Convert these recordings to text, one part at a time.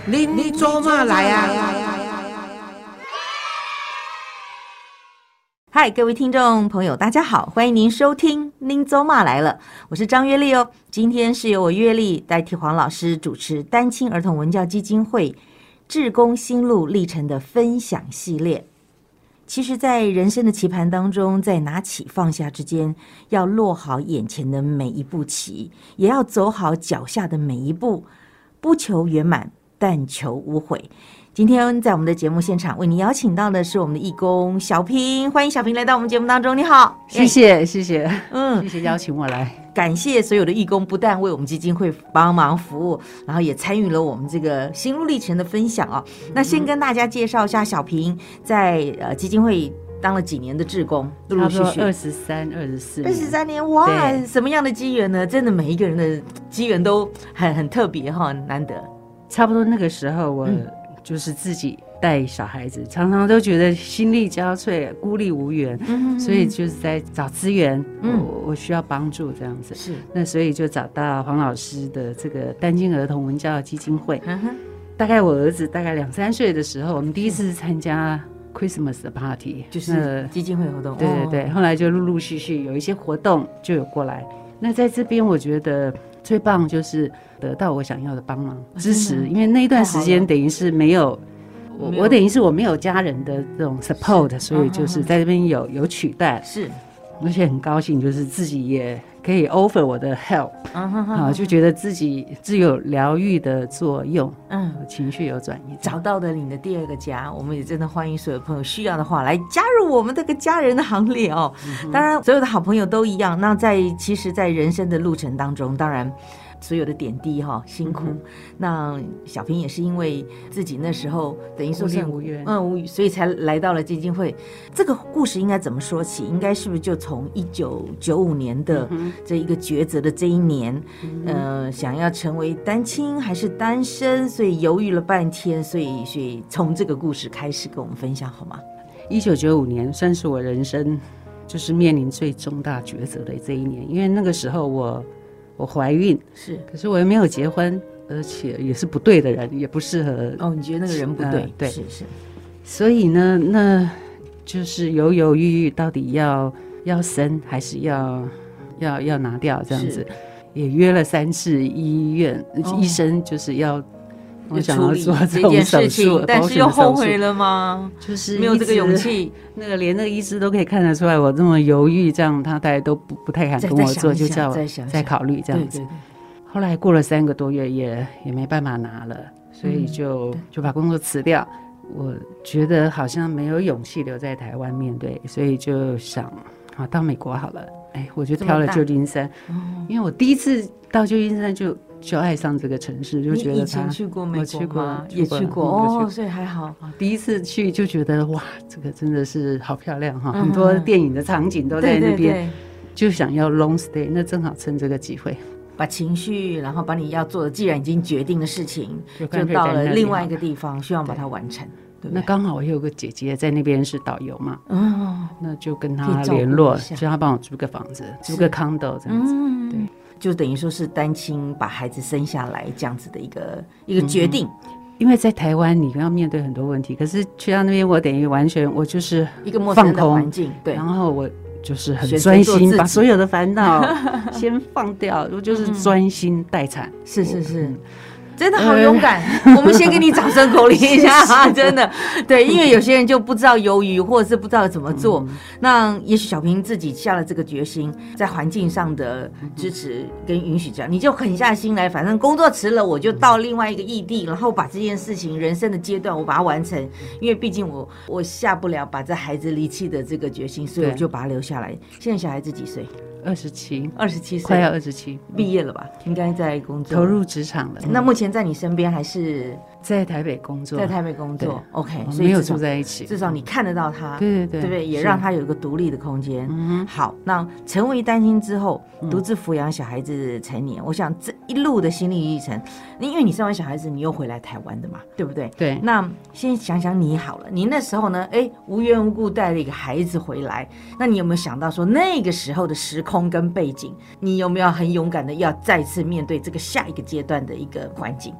您做嘛来啊？ 嗨，各位听众朋友，大家好，欢迎您收听《您走马来了》，我是张月丽哦。今天是由我月丽代替黄老师主持单亲儿童文教基金会志工心路历程的分享系列。其实在人生的棋盘当中，在拿起放下之间，要落好眼前的每一步棋，也要走好脚下的每一步，不求圆满，但求无悔。今天在我们的节目现场为您邀请到的是我们的义工小平，欢迎小平来到我们节目当中。你好。 谢谢谢谢邀请我来。 感谢所有的义工，不但为我们基金会帮忙服务，然后也参与了我们这个心路历程的分享哦。那先跟大家介绍一下小平在基金会当了几年的志工，陆陆续续23年，哇，什么样的机缘呢？真的每一个人的机缘都很特别哈，难得。 差不多那个时候我就是自己带小孩子，常常都觉得心力交瘁，孤立无援，所以就是在找资源，我需要帮助这样子。是，那所以就找到黄老师的这个单亲儿童文教基金会。大概我儿子大概2-3岁的时候，我们第一次参加 Christmas 的 party， 就是基金会活动。 对对对，后来就陆陆续续有一些活动就有过来。那在这边我觉得最棒就是得到我想要的帮忙支持，因为那一段时间等于是没有我等于是我没有家人的这种 support， 所以就是在这边有取代，是，而且很高兴，就是自己也可以 offer 我的 help， 就觉得自己是有疗愈的作用，情绪有转移， 找到了你的第二个家。我们也真的欢迎所有朋友需要的话来加入我们这个家人的行列哦。当然，所有的好朋友都一样。那其实，在人生的路程当中，当然所有的点滴辛苦，那小平也是因为自己那时候等于说是无缘， 所以才来到了基金会。这个故事应该怎么说起？应该是不是就从1995年的这一个抉择的这一年，想要成为单亲还是单身，所以犹豫了半天，所以从这个故事开始跟我们分享好吗 ？1995年算是我人生就是面临最重大抉择的这一年，因为那个时候我怀孕，可是我又没有结婚，而且也是不对的人，也不适合。 你觉得那个人不对？ 对，是。所以呢，那就是犹犹豫豫，到底要生还是要拿掉这样子，也约了3次医院，医生就是要我想要做这种手术， 但是又后悔了吗？ 就是没有这个勇气。 连那个医师都可以看得出来我这么犹豫，这样他大家都不太敢跟我做，就叫我再考虑这样子。对。后来过了3个多月，也没办法拿了，所以就把工作辞掉。我觉得好像没有勇气留在台湾面对，所以就想到美国好了。我就挑了旧金山，因为我第一次到旧金山就爱上这个城市，就觉得你以前去过美国吗？ 我去过， 也去过所以还好。 第一次去就觉得哇，这个真的是好漂亮哈，很多电影的场景都在那边，对，就想要 long stay， 那正好趁这个机会， 把情绪，然后把你要做的，既然已经决定的事情，就到了另外一个地方，希望把它完成。 那刚好我有个姐姐在那边是导游嘛，那就跟她联络，就她帮我租个房子，租个 condo 这样子，对。 就等于说是单亲把孩子生下来这样子的一个决定， 因为在台湾你要面对很多问题，可是去到那边我等于完全我就是一个陌生的环境，对， 然后我就是很专心把所有的烦恼先放掉，我就是专心待产， 是。真的好勇敢，我们先给你掌声鼓励一下真的，对，因为有些人就不知道犹豫，或者是不知道怎么做。那也许小平自己下了这个决心，在环境上的支持跟允许之下，你就狠下心来，反正工作辞了，我就到另外一个异地，然后把这件事情人生的阶段我把它完成。因为毕竟我下不了把这孩子离弃的这个决心，所以我就把他留下来。现在小孩子几岁？27岁， 快要27， 毕业了吧？应该在工作， 投入职场了。 那目前在你身边还是在台北工作？ 在台北工作 ，OK， 所以没有住在一起， 至少你看得到他， 对不对？也让他有一个独立的空间。好，那成为单亲之后，独自抚养小孩子成年，我想这一路的心理历程，因为你生完小孩子，你又回来台湾的嘛，对不对？ 对。 那先想想你好了，你那时候呢？无缘无故带了一个孩子回来，那你有没有想到说那个时候的时空跟背景？你有没有很勇敢的要再次面对这个下一个阶段的一个环境？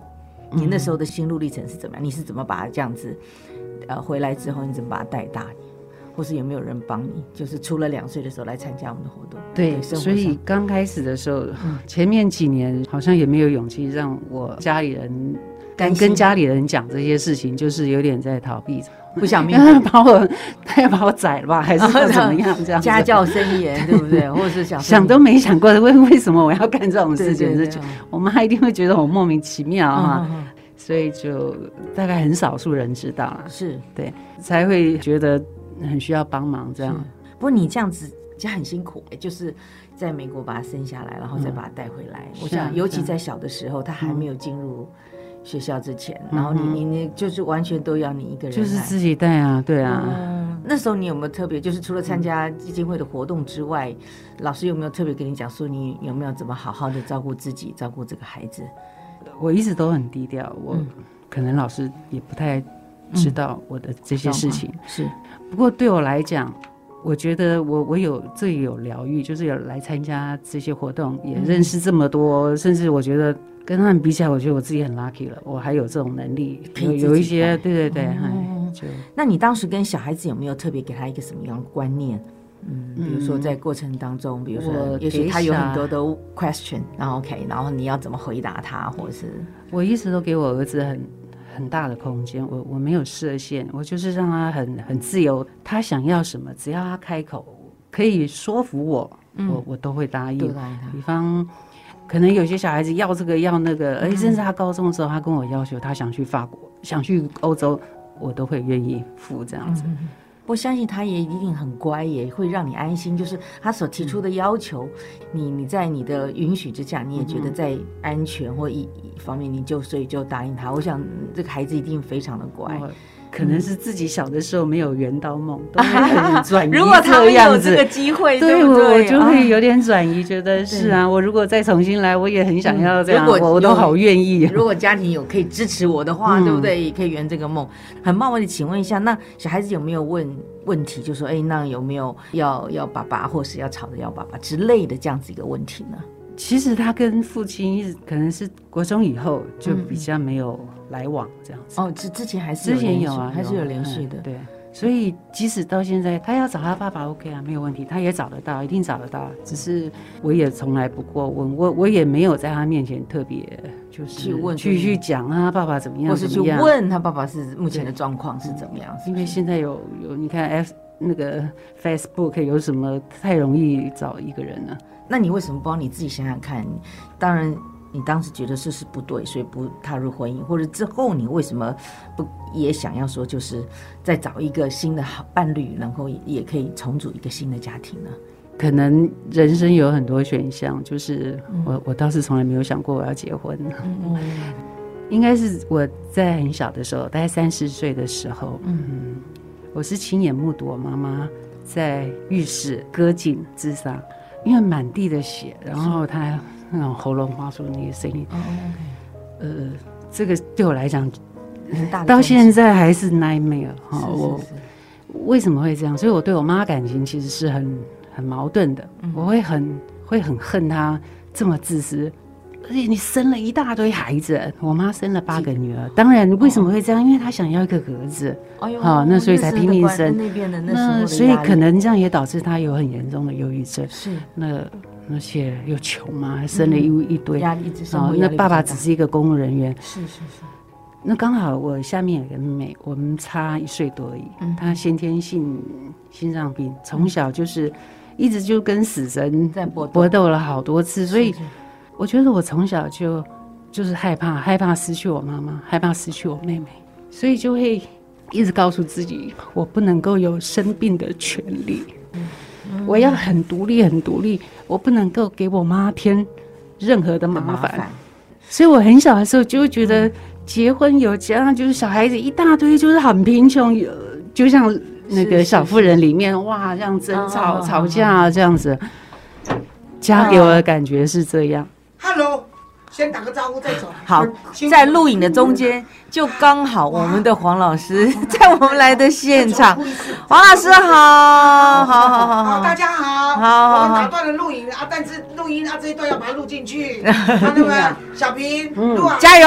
你那时候的心路历程是怎么样？你是怎么把它这样子，回来之后你怎么把它带大？或是有没有人帮你？就是除了2岁的时候来参加我们的活动， 对，所以刚开始的时候，前面几年好像也没有勇气让我家里人跟家里人讲这些事情，就是有点在逃避， 不想面对， 他要把我宰了吧，还是怎么样？这样家教森严，对不对？或者是想都没想过为什么我要干这种事情？对，我妈一定会觉得我莫名其妙哈。所以就大概很少数人知道了， 是对， 才会觉得很需要帮忙这样。 不过你这样子就很辛苦，就是在美国把他生下来，然后再把他带回来。我想，尤其在小的时候，他还没有进入学校之前，然后你就是完全都要你一个人， 就是自己带啊，对啊。 那时候你有没有特别，就是除了参加基金会的活动之外，老师有没有特别跟你讲说，你有没有怎么好好的照顾自己，照顾这个孩子？ 我一直都很低调，我可能老师也不太知道我的这些事情。 是， 不过对我来讲，我觉得我有最有疗愈，就是有来参加这些活动，也认识这么多，甚至我觉得跟他们比起来，我觉得我自己很 lucky 了，我还有这种能力，有一些对， 那你当时跟小孩子有没有特别给他一个什么样的观念？比如说在过程当中，比如说也许他有很多的 question， 然后 OK， 然后你要怎么回答他，或者是我一直都给我儿子很大的空间，我没有设限，我就是让他很自由，他想要什么，只要他开口可以说服我，我都会答应。比方可能有些小孩子要这个要那个，而且甚至他高中的时候，他跟我要求他想去法国，想去欧洲，我都会愿意付这样子。 我相信他也一定很乖，也会让你安心。就是他所提出的要求，你在你的允许之下，你也觉得在安全或一方面，所以就答应他。我想这个孩子一定非常的乖。 可能是自己小的时候没有圆到梦，都会很转移。 如果他们有这个机会，对不对？ 我就会有点转移，觉得是啊，我如果再重新来，我也很想要这样，我都好愿意。 如果家庭有可以支持我的话，对不对？也可以圆这个梦。很冒昧的请问一下，那小孩子有没有问题，就说那有没有要爸爸，或是要吵着要爸爸之类的这样子一个问题呢？ 其实他跟父亲可能是国中以后就比较没有来往这样子。 之前还是有啊，还是有连续的。 对，所以即使到现在，他要找他爸爸 OK 啊，没有问题，他也找得到，一定找得到。只是我也从来不过问，我也没有在他面前特别就是去讲他爸爸怎么样， 或是去问他爸爸是目前的状况是怎么样。 因为现在有你看那个 Facebook 有什么太容易找一个人了。 那你为什么不帮你自己想想看？当然你当时觉得这是不对，所以不踏入婚姻，或者之后你为什么不也想要说就是再找一个新的好伴侣，然后也可以重组一个新的家庭呢？ 可能人生有很多选项，就是我倒是从来没有想过我要结婚。应该是我在很小的时候，大概30岁的时候，我是亲眼目睹我妈妈在浴室割颈自杀。因为满地的血，然后他那种喉咙发出那个声音，这个对我来讲，到现在还是 nightmare 哈。我为什么会这样？所以我对我妈感情其实是很矛盾的。我会很恨她这么自私，而且你生了一大堆孩子，我妈生了8个女儿。当然，为什么会这样？因为她想要一个儿子。那所以才拼命生。那所以可能这样也导致他有很严重的忧郁症。是那些又穷嘛，还生了一堆压力， 那爸爸只是一个公务人员。 是。 那刚好我下面有个妹妹，我们差1岁多而已。她先天性心脏病，从小就是一直就跟死神搏斗了好多次，所以我觉得我从小就是害怕失去我妈妈，害怕失去我妹妹，所以就会一直告诉自己，我不能够有生病的权利，我要很独立，我不能够给我妈添任何的麻烦。所以我很小的时候就会觉得，结婚有家就是小孩子一大堆，就是很贫穷，就像那个小妇人里面，哇，这样争吵吵架这样子，家给我的感觉是这样。 Hello。先打个招呼再走。 好，在录影的中间，就刚好我们的黄老师在我们来的现场。黄老师好，好， 大家好，我们打断了录影啊，但是录音啊这一段要把它录进去，看到没有？小平，录啊， 加油！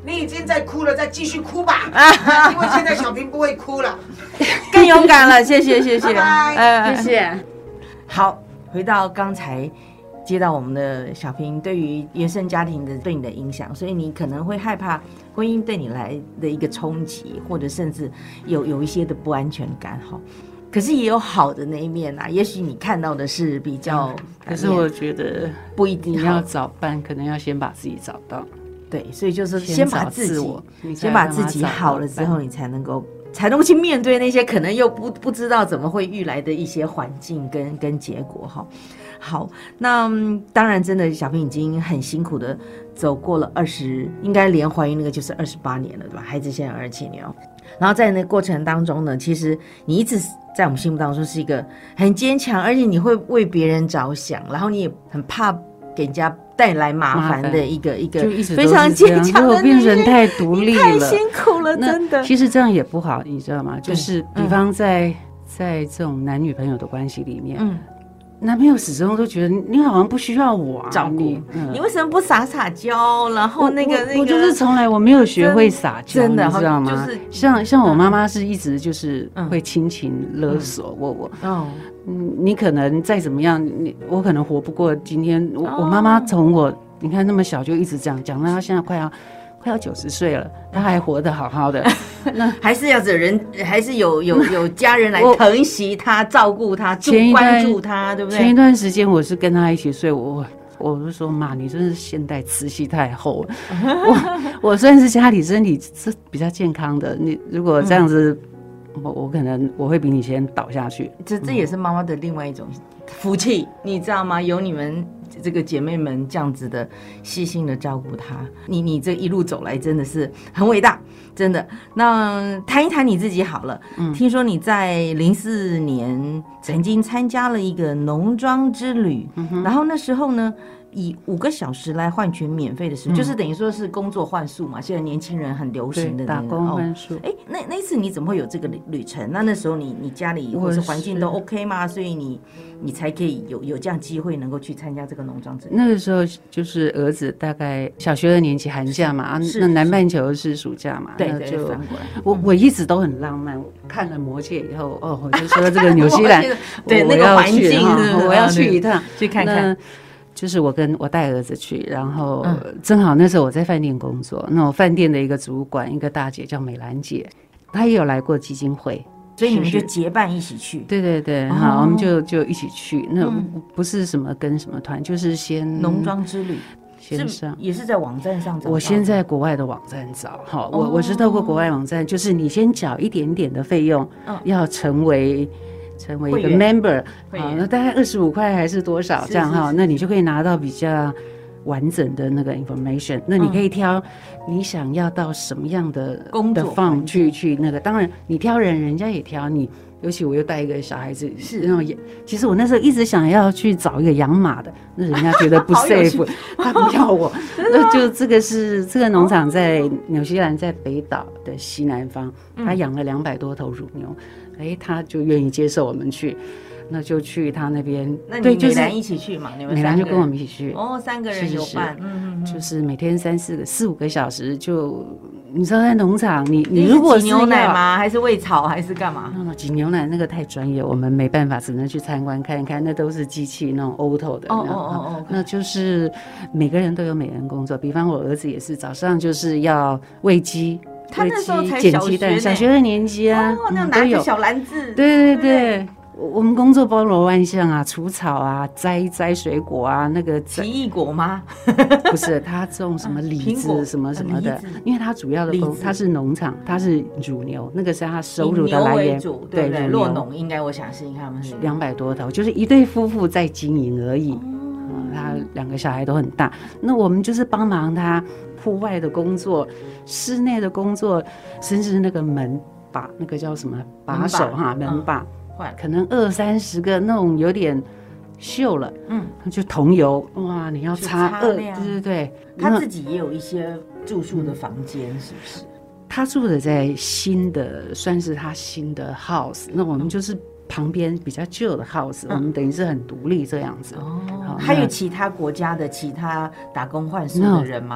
你已经在哭了，再继续哭吧，因为现在小平不会哭了。 更勇敢了，谢谢谢谢， 拜拜谢谢。 好，回到刚才接到我们的小平对于原生家庭的对你的影响，所以你可能会害怕婚姻对你来的一个冲击，或者甚至有一些的不安全感哈。可是也有好的那一面啊，也许你看到的是比较， 可是我觉得不一定你要找伴，可能要先把自己找到。 对，所以就是先把自己，先把自己好了之后，你才能够去面对那些可能又不知道怎么会遇来的一些环境跟结果哈。好，那当然真的小平已经很辛苦的走过了应该连怀孕那个就是28年了，对吧？孩子现在27年哦。然后在那过程当中呢，其实你一直在我们心目当中是一个很坚强，而且你会为别人着想，然后你也很怕给人家带来麻烦的一个非常坚强的女人， 变成太独立了， 太辛苦了，真的。 其实这样也不好，你知道吗？就是比方在这种男女朋友的关系里面，男朋友始终都觉得你好像不需要我照顾，你为什么不撒娇？然后我就是从来我没有学会撒娇， 真的， 你知道吗？像我妈妈是一直就是会亲情勒索我。你可能再怎么样，我可能活不过今天。我妈妈从我你看那么小就一直讲到她现在快要90岁了，她还活得好好的。 那还是要人，还是有家人来疼惜她、照顾她、关注她，对不对？ 前一段时间我是跟她一起睡，我就说妈，你真是现代慈禧太后了。我算是家里身体是比较健康的，你如果这样子。我可能我会比你先倒下去， 这也是妈妈的另外一种福气，你知道吗？有你们这个姐妹们这样子的细心的照顾她，你这一路走来真的是很伟大，真的。那谈一谈你自己好了，听说你在04年曾经参加了一个农庄之旅，然后那时候呢，以5个小时来换取免费的食物，就是等于说是工作换宿嘛。现在年轻人很流行的打工换宿。 那一次你怎么会有这个旅程？那时候你家里或是环境都 OK 吗？所以你才可以有这样机会能够去参加这个农庄之旅。 那个时候就是儿子大概小学2年级寒假嘛，那南半球是暑假嘛， 对对，翻过来。 我一直都很浪漫，看了《魔戒》以后，我就说这个纽西兰， 对那个环境， 我要去一趟， 去看看。 就是我带儿子去，然后正好那时候我在饭店工作，那我饭店的一个主管，一个大姐叫美兰姐，她也有来过基金会， 所以你们就结伴一起去。 对对对，好，我们就一起去。那不是什么跟什么团，就是先农庄之旅。 先上也是在网站上找。 我先在国外的网站找，好，我是透过国外网站，就是你先缴一点点的费用，要成为一个 member， 那大概25块还是多少这样哈？那你就可以拿到比较完整的那个 information。那你可以挑你想要到什么样的工作坊去那个。当然你挑人家也挑你。尤其我又带一个小孩子，是那种其实我那时候一直想要去找一个养马的，那人家觉得不 safe， 他不要我。那就这个农场在纽西兰，在北岛的西南方，他养了200多头乳牛，他就愿意接受我们去。那就去他那边， 那你美兰一起去嘛？你们美兰就跟我们一起去。 哦，3个人有伴， 就是每天4、5个小时就，你知道在农场，你如果是挤牛奶吗？还是喂草还是干嘛？ 挤牛奶那个太专业，我们没办法，只能去参观看一看，那都是机器那种 auto 的。那就是每个人都有每人工作，比方我儿子也是早上就是要喂鸡。 他那时候才捡鸡蛋，小学2年级啊， 那拿着小篮子。 对对对。我们工作包罗万象啊，除草啊，摘水果啊，那个奇异果吗？ 不是，他种什么李子什么什么的，因为他主要的他是农场，他是乳牛，那个是他收入的来源。 对对，酪农应该我想是他们是 200多头，就是一对夫妇在经营而已。他2个小孩都很大，那我们就是帮忙他户外的工作、室内的工作，甚至那个门把那个叫什么把手哈，门把。可能20-30个那种有点锈了，就桐油，哇，你要擦对对对。 他自己也有一些住宿的房间，是不是？ 他住的在新的，算是他新的 house， 那我们就是旁边比较旧的 house，我们等于是很独立这样子。 还有其他国家的其他打工换宿的人吗？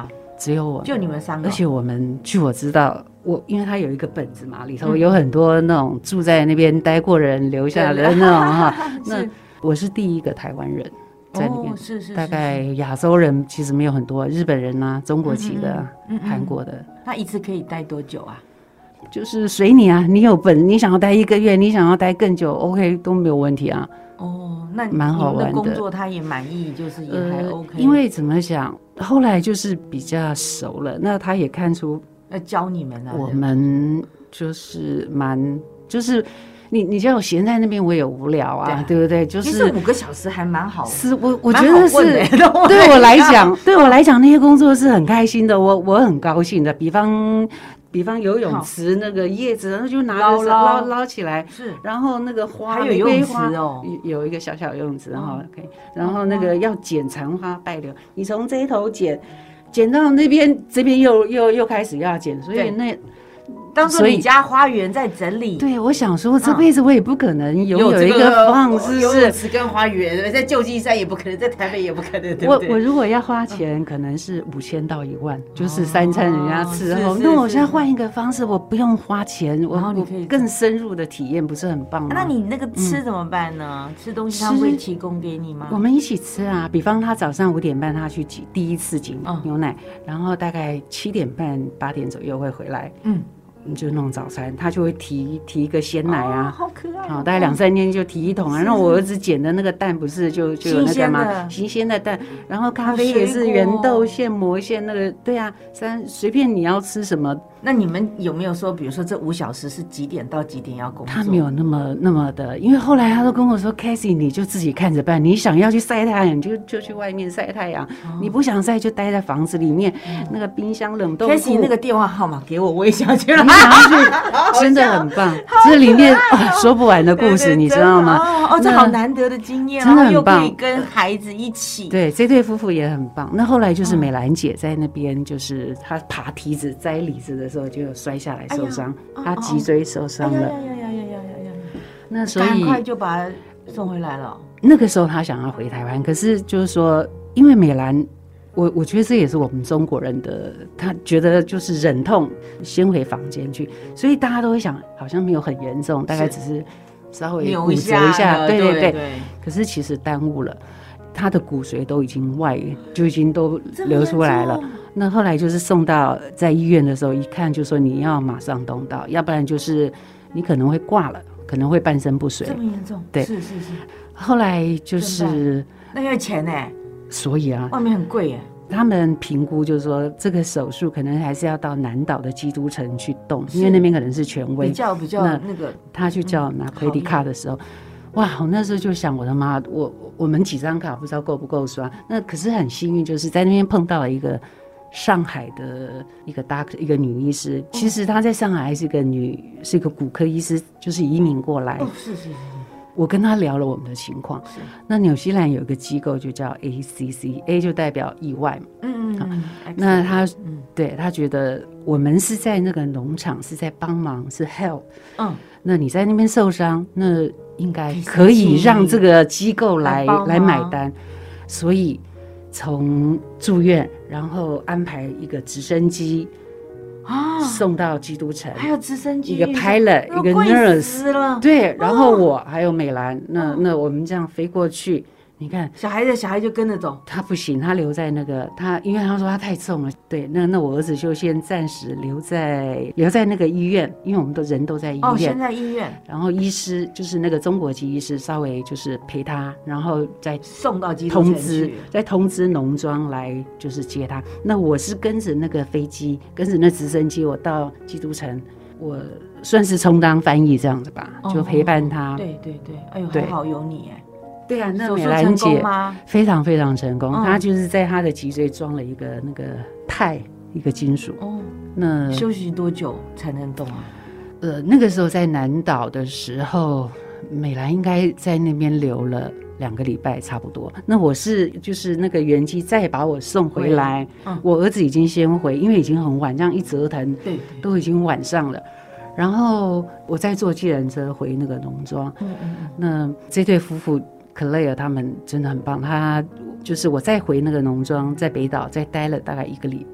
只有我， 就你们3个， 而且我们据我知道，因为他有一个本子嘛，里头有很多那种住在那边待过的人留下来的那种哈。那我是第一个台湾人在里面， 是大概亚洲人其实没有很多，日本人啊、中国籍的、韩国的。 他一次可以待多久啊？ 就是随你啊，你有本，你想要待1个月，你想要待更久 ，OK 都没有问题啊。 那蛮好玩的。 工作他也满意，就是也还 OK。 因为怎么讲，后来就是比较熟了，那他也看出要教你们啊。 我们就是就是你叫我闲在那边，我也无聊啊，对不对？就是其实5个小时还蛮好， 是我觉得是对我来讲，那些工作是很开心的，我很高兴的。比方游泳池那个叶子，然后就拿着捞起来， 是， 然后那个花， 还有游泳池哦， 有一个小小游泳池，然后 OK， 然后那个要剪残花败柳，你从这一头剪到那边，这边又开始要剪，所以那。 当做你家花园在整理。 对，我想说这辈子我也不可能拥有一个房子， 游泳池跟花园，在旧金山也不可能，在台北也不可能，对不对？ 我如果要花钱，可能是5000到1万，就是3餐人家伺候。那我现在换一个方式，我不用花钱，然后你可以更深入的体验，不是很棒吗？ 那你那个吃怎么办呢？吃东西他会提供给你吗？ 我们一起吃啊。比方他早上5点半他去挤第一次挤牛奶，然后大概7点半8点左右会回来。你就弄早餐，他就会提一个鲜奶啊， 好可爱， 好，大概2-3天就提1桶啊。然后我儿子捡的那个蛋不是就有那个吗？新鲜的蛋，然后咖啡也是原豆现磨现那个，对啊，随便你要吃什么。 那你们有没有说，比如说这5小时是几点到几点要工作？ 他没有那么的，因为后来他都跟我说 ，Cassie 你就自己看着办，你想要去晒太阳就去外面晒太阳，你不想晒就待在房子里面，那个冰箱冷冻库。 Cassie 那个电话号码给我，我也想去了。 真的很棒，这里面说不完的故事，你知道吗？ 这好难得的经验， 真的很棒， 又可以跟孩子一起。 对，这对夫妇也很棒。那后来就是美兰姐在那边，就是她爬梯子摘李子的时候就摔下来受伤，她脊椎受伤了。那所以赶快就把她送回来了。 那个时候她想要回台湾，可是就是说，因为美兰。我觉得这也是我们中国人的，他觉得就是忍痛先回房间去，所以大家都会想，好像没有很严重，大概只是稍微骨折一下，对。可是其实耽误了，他的骨髓都已经都流出来了。那后来就是送到在医院的时候，一看就说你要马上动刀，要不然就是你可能会挂了，可能会半身不遂。 这么严重？ 对， 是。 后来就是那要钱呢。 所以啊， 外面很贵耶。 他们评估就是说，这个手术可能还是要到南岛的基督城去动，因为那边可能是权威， 比较那个。 他去叫拿 credit card 的时候，哇！我那时候就想，我的妈，我们几张卡不知道够不够刷。那可是很幸运，就是在那边碰到了一个上海的一个女医师。其实她在上海还是一个骨科医师，就是移民过来。 是。 我跟他聊了我们的情况，那纽西兰有一个机构就叫 ACC，A 就代表意外嘛，那他觉得我们是在那个农场是在帮忙，是 help，那你在那边受伤，那应该可以让这个机构来买单，所以从住院，然后安排一个直升机。送到基督城， 还有直升机， 一个 pilot， 一个 nurse， 对，然后我还有美兰，那我们这样飞过去，你看小孩就跟着走， 他不行，他留在那个因为他说他太重了，对，那我儿子就先暂时留在那个医院，因为我们人都在医院， 先在医院， 然后医师就是那个中国籍医师稍微就是陪他，然后再送到基督城去， 再通知农庄来就是接他。那我是跟着那个飞机，跟着那直升机，我到基督城，我算是充当翻译这样子吧，就陪伴他。 对，哎呦，还好有你哎。 对啊，那美兰姐非常非常成功，她就是在她的脊椎装了一个那个钛一个金属。那休息多久才能动啊？ 那个时候在南岛的时候，美兰应该在那边留了2个礼拜差不多。那我是就是那个原机再把我送回来，我儿子已经先回，因为已经很晚，这样一折腾，对，都已经晚上了。然后我再坐计程车回那个农庄。那这对夫妇。克莱尔他们真的很棒，他就是我再回那个农庄，在北岛再待了大概1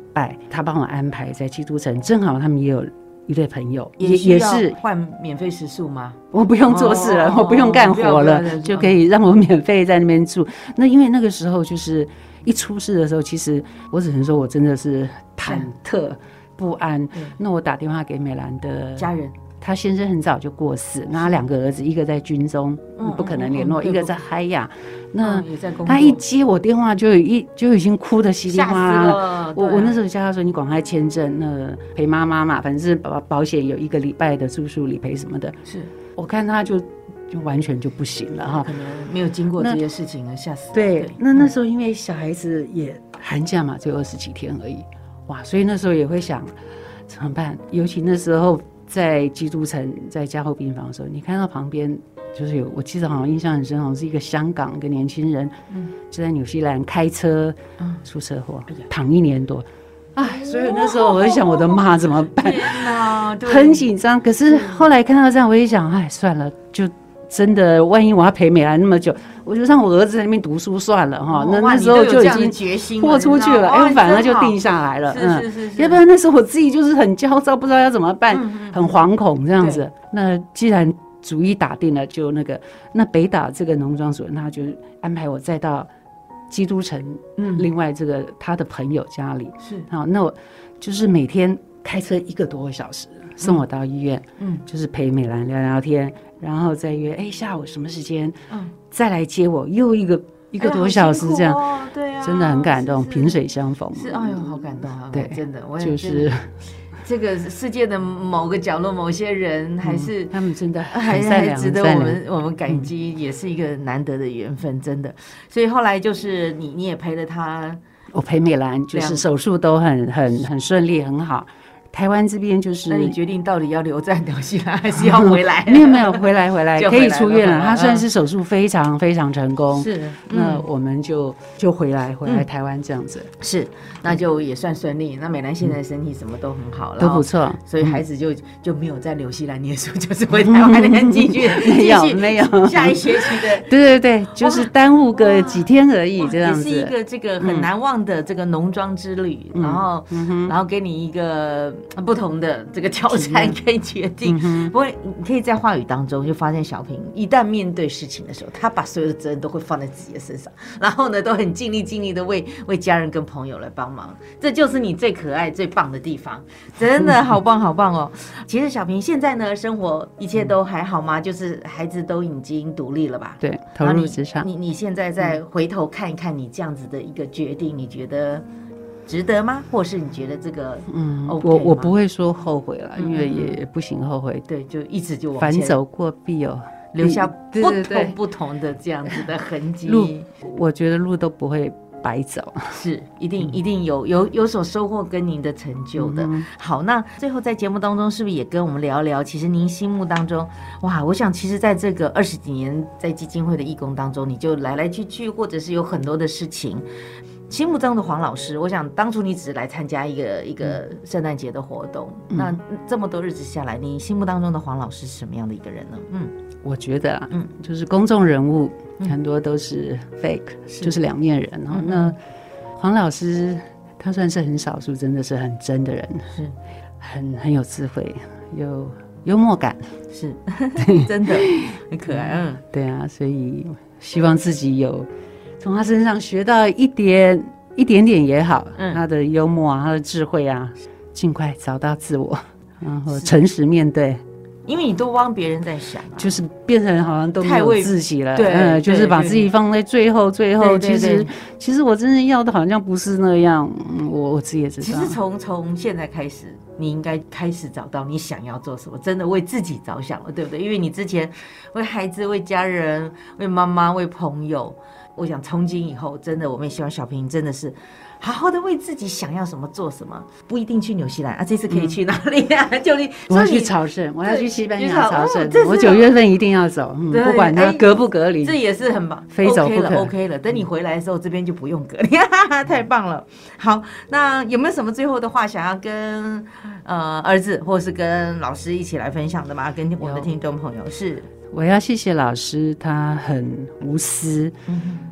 拜，他帮我安排在基督城，正好他们也有一对朋友， 也是换免费食宿吗？ 我不用做事了，我不用干活了，就可以让我免费在那边住。那因为那个时候就是一出事的时候，其实我只能说我真的是忐忑不安。那我打电话给美兰的家人， 他先生很早就过世，那他2个儿子，一个在军中，不可能联络，一个在海雅。那他一接我电话就已经哭得稀里哗啦了。我那时候叫他说：“你赶快签证，那陪妈妈嘛，反正是保险有1个礼拜的住宿理赔什么的。”是我看他就完全就不行了哈， 可能没有经过这些事情而吓死。 对，那时候因为小孩子也寒假嘛，只有20几天而已，哇，所以那时候也会想怎么办？尤其那时候在基督城在加护病房的时候，你看到旁边就是我记得好像印象很深，好像是一个香港一个年轻人，就在纽西兰开车出车祸，躺1年多。所以那时候我就想，我的妈怎么办？很紧张。可是后来看到这样，我也想，算了，就真的，万一我要陪美兰那么久，我就让我儿子在那边读书算了哈。那时候就已经豁出去了，反而就定下来了。要不然那时候我自己就是很焦躁，不知道要怎么办，很惶恐这样子。那既然主意打定了，就那北岛这个农庄主任，他就安排我再到基督城，另外这个他的朋友家里是好，那我就是每天开车1个多小时送我到医院，就是陪美兰聊聊天，然后再约下午什么时间，再来接我，又一个多小时这样，对啊，真的很感动，萍水相逢， 是，哎呦，好感动啊，对，真的，我也就是这个世界的某个角落，某些人还是他们真的很善良， 值得我们感激，也是一个难得的缘分，真的。所以后来就是你也陪了他， 我陪美兰，就是手术都很顺利，很好。台湾这边就是， 那你决定到底要留在纽西兰还是要回来？ 没有回来可以出院了。他算是手术非常非常成功，是。那我们就回来台湾这样子， 是，那就也算顺利。那美兰现在身体什么都很好了， 都不错， 所以孩子就没有在纽西兰念书，就是回台湾那继续没有下一学期的， 对，就是耽误个几天而已，这样子。 也是一个这个很难忘的这个农庄之旅，然后给你一个不同的这个挑战可以决定。不过你可以在话语当中就发现，小平一旦面对事情的时候，他把所有的责任都会放在自己的身上，然后呢都很尽力的为家人跟朋友来帮忙，这就是你最可爱最棒的地方，真的好棒哦。其实小平现在呢生活一切都还好吗？就是孩子都已经独立了吧？ 对，投入职场。 你现在再回头看一看你这样子的一个决定，你觉得值得吗？或是你觉得这个我不会说后悔了，因为也不行后悔。 对，就一直就往前， 凡走过必有留下不同的这样子的痕迹。 路，我觉得路都不会白走， 是一定有所收获跟您的成就的。好，那最后在节目当中是不是也跟我们聊聊，其实您心目当中，哇，我想其实在这个20几年在基金会的义工当中，你就来去，或者是有很多的事情。心目中的黄老师，我想当初你只是来参加一个圣诞节的活动，那这么多日子下来，你心目当中的黄老师是什么样的一个人呢？ 我觉得就是公众人物很多都是 fake，就是两面人。那黄老师他算是很少数，真的是很真的人，是很有智慧，有幽默感， 是真的很可爱。 对啊，所以希望自己有从他身上学到一点点也好，他的幽默啊，他的智慧啊，尽快找到自我，然后诚实面对。 因为你都帮别人在想， 就是变成好像都没有自己了， 对， 就是把自己放在最后。其实我真正要的好像不是那样，我自己也知道。 其实从现在开始，你应该开始找到你想要做什么，真的为自己着想了，对不对？因为你之前为孩子、为家人、为妈妈、为朋友，我想从今以后，真的我们也希望小平真的是好好的为自己想要什么做什么，不一定去纽西兰啊，这次可以去哪里啊？ 我要去朝圣，我要去西班牙朝圣，我9月份一定要走，不管它隔不隔离， 这也是很棒， 非走不可。 OK 了，等你回来的时候，这边就不用隔离，太棒了。好，那有没有什么最后的话想要跟儿子或是跟老师一起来分享的吗？跟我们的听众朋友是， 我要谢谢老师，他很无私。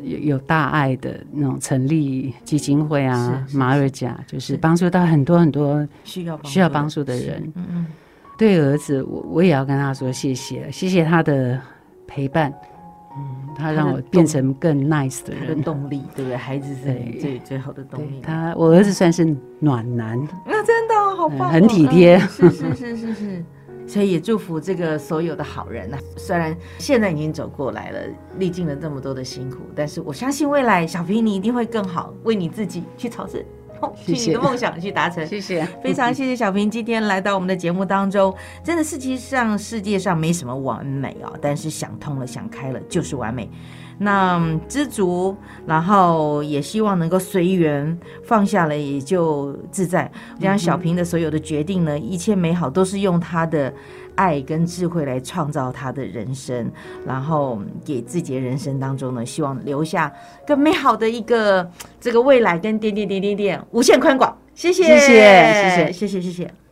有大爱的那种成立基金会啊， 是马尔甲就是帮助到很多很多需要帮助的人。 嗯对儿子，我也要跟他说谢谢，谢谢他的陪伴。他让我变成更 nice 的人， 动力，对不对？孩子是最好的动力。 我儿子算是暖男， 真的好棒， 很体贴。 是。所以也祝福这个所有的好人啊，虽然现在已经走过来了，历经了这么多的辛苦，但是我相信未来小平你一定会更好，为你自己去朝着去你的梦想去达成。 谢谢， 非常谢谢小平今天来到我们的节目当中。真的实际上世界上没什么完美啊，但是想通了想开了就是完美。那知足，然后也希望能够随缘，放下了也就自在。我想小平的所有的决定呢，一切美好都是用他的爱跟智慧来创造他的人生，然后给自己的人生当中呢，希望留下更美好的一个这个未来跟点点点点点无限宽广。谢谢， 谢谢，谢谢， 谢谢，谢谢。